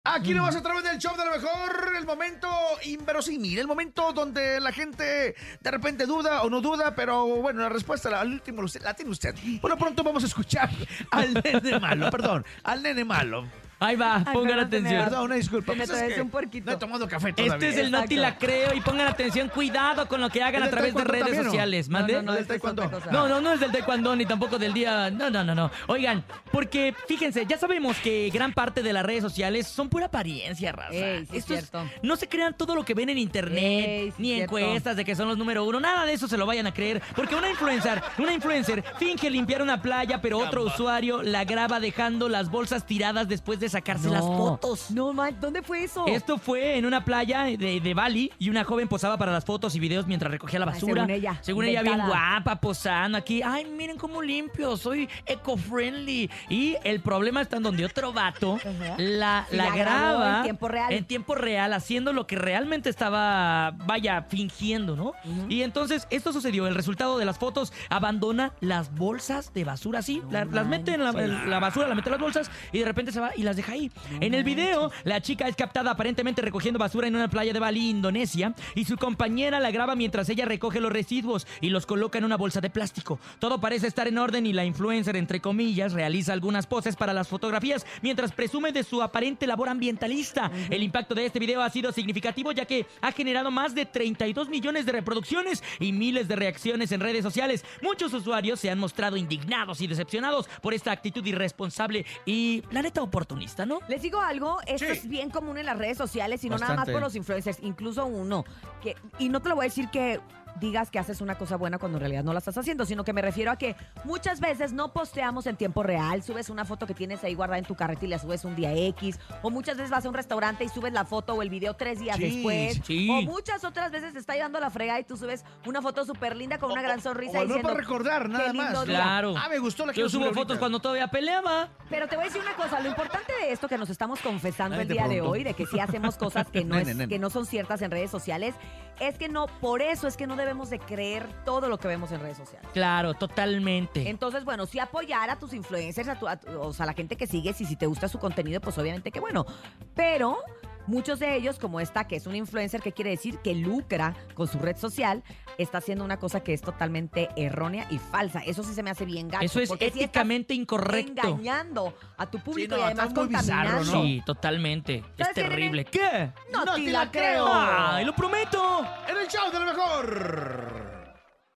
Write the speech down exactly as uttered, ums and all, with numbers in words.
Aquí lo vas a través del show de lo mejor, el momento inverosímil, el momento donde la gente de repente duda o no duda, pero bueno, la respuesta al último la tiene usted. Por lo pronto vamos a escuchar al nene malo, perdón, al nene malo. Ahí va, Ay, pongan perdón, atención. Perdón, una disculpa. Se me Pues es que un puerquito. no he tomado café todavía. Este es el no te la Exacto. creo y pongan atención, cuidado con lo que hagan ¿Es a del través de taekwondo redes también, no? sociales. No, ¿Mande? no, no, del esto es otra taekwondo. cosa. No, no, no es del taekwondo ni tampoco del día. No, no, no, no. Oigan, porque fíjense, ya sabemos que gran parte de las redes sociales son pura apariencia, raza. Ey, sí es Esto es- cierto. no se crean todo lo que ven en internet, Ey, sí ni es cierto. encuestas de que son los número uno. Nada de eso se lo vayan a creer. Porque una influencer, una influencer finge limpiar una playa, pero otro Caramba. usuario la graba dejando las bolsas tiradas después de sacarse las fotos. No, man, ¿dónde fue eso? Esto fue en una playa de, de Bali y una joven posaba para las fotos y videos mientras recogía la Ay, basura. según ella, Según ella, bien inventada. guapa, posando aquí. Ay, miren cómo limpio, soy eco-friendly. Y el problema está en donde otro vato Ajá. la, Sí, la la grabó graba en tiempo real. en tiempo real, haciendo lo que realmente estaba, vaya, fingiendo, ¿no? Ujú. Y entonces esto sucedió. El resultado de las fotos abandona las bolsas de basura así. No la- las mete en la, manches. en la basura, la mete en las bolsas y de repente se va y las deja ahí. en el video, la chica es captada aparentemente recogiendo basura en una playa de Bali, Indonesia, y su compañera la graba mientras ella recoge los residuos y los coloca en una bolsa de plástico. Todo parece estar en orden y la influencer, entre comillas, realiza algunas poses para las fotografías mientras presume de su aparente labor ambientalista. El impacto de este video ha sido significativo ya que ha generado más de treinta y dos millones de reproducciones y miles de reacciones en redes sociales. Muchos usuarios se han mostrado indignados y decepcionados por esta actitud irresponsable y, la neta, oportunista, ¿no? Les digo algo, esto Sí. es bien común en las redes sociales y no nada más Bastante. por los influencers, incluso uno. Que, y no te lo voy a decir que digas que haces una cosa buena cuando en realidad no la estás haciendo, sino que me refiero a que muchas veces no posteamos en tiempo real, subes una foto que tienes ahí guardada en tu carreta y la subes un día X, o muchas veces vas a un restaurante y subes la foto o el video tres días Sí, después, sí. o muchas otras veces te está dando la frega y tú subes una foto súper linda con una gran sonrisa O, o, diciendo... para recordar, nada "Qué lindo más. día". Claro. Ah, me gustó la que Yo yo subí subo fotos ahorita. cuando todavía peleaba. Pero te voy a decir una cosa, lo importante de esto que nos estamos confesando Ay, el te día de pregunto. hoy, de que sí hacemos cosas que no, Nene, es, nene. que no son ciertas en redes sociales, es que no, por eso es que no debemos de creer todo lo que vemos en redes sociales. Claro, totalmente. Entonces, bueno, sí apoyar a tus influencers, a tu- a tu- o sea, a la gente que sigues, y si te gusta su contenido, pues obviamente que bueno. Pero muchos de ellos, como esta, que es un influencer, que quiere decir que lucra con su red social, está haciendo una cosa que es totalmente errónea y falsa. Eso sí se me hace bien gacho. Eso es porque sí estás éticamente incorrecto. engañando a tu público no, y además está muy bizarro, contaminando. ¿no? Sí, totalmente. Es ¿Sabes qué, nene? terrible. ¿Qué? No, te la creo. ¡Ay, lo prometo! En el show de lo mejor.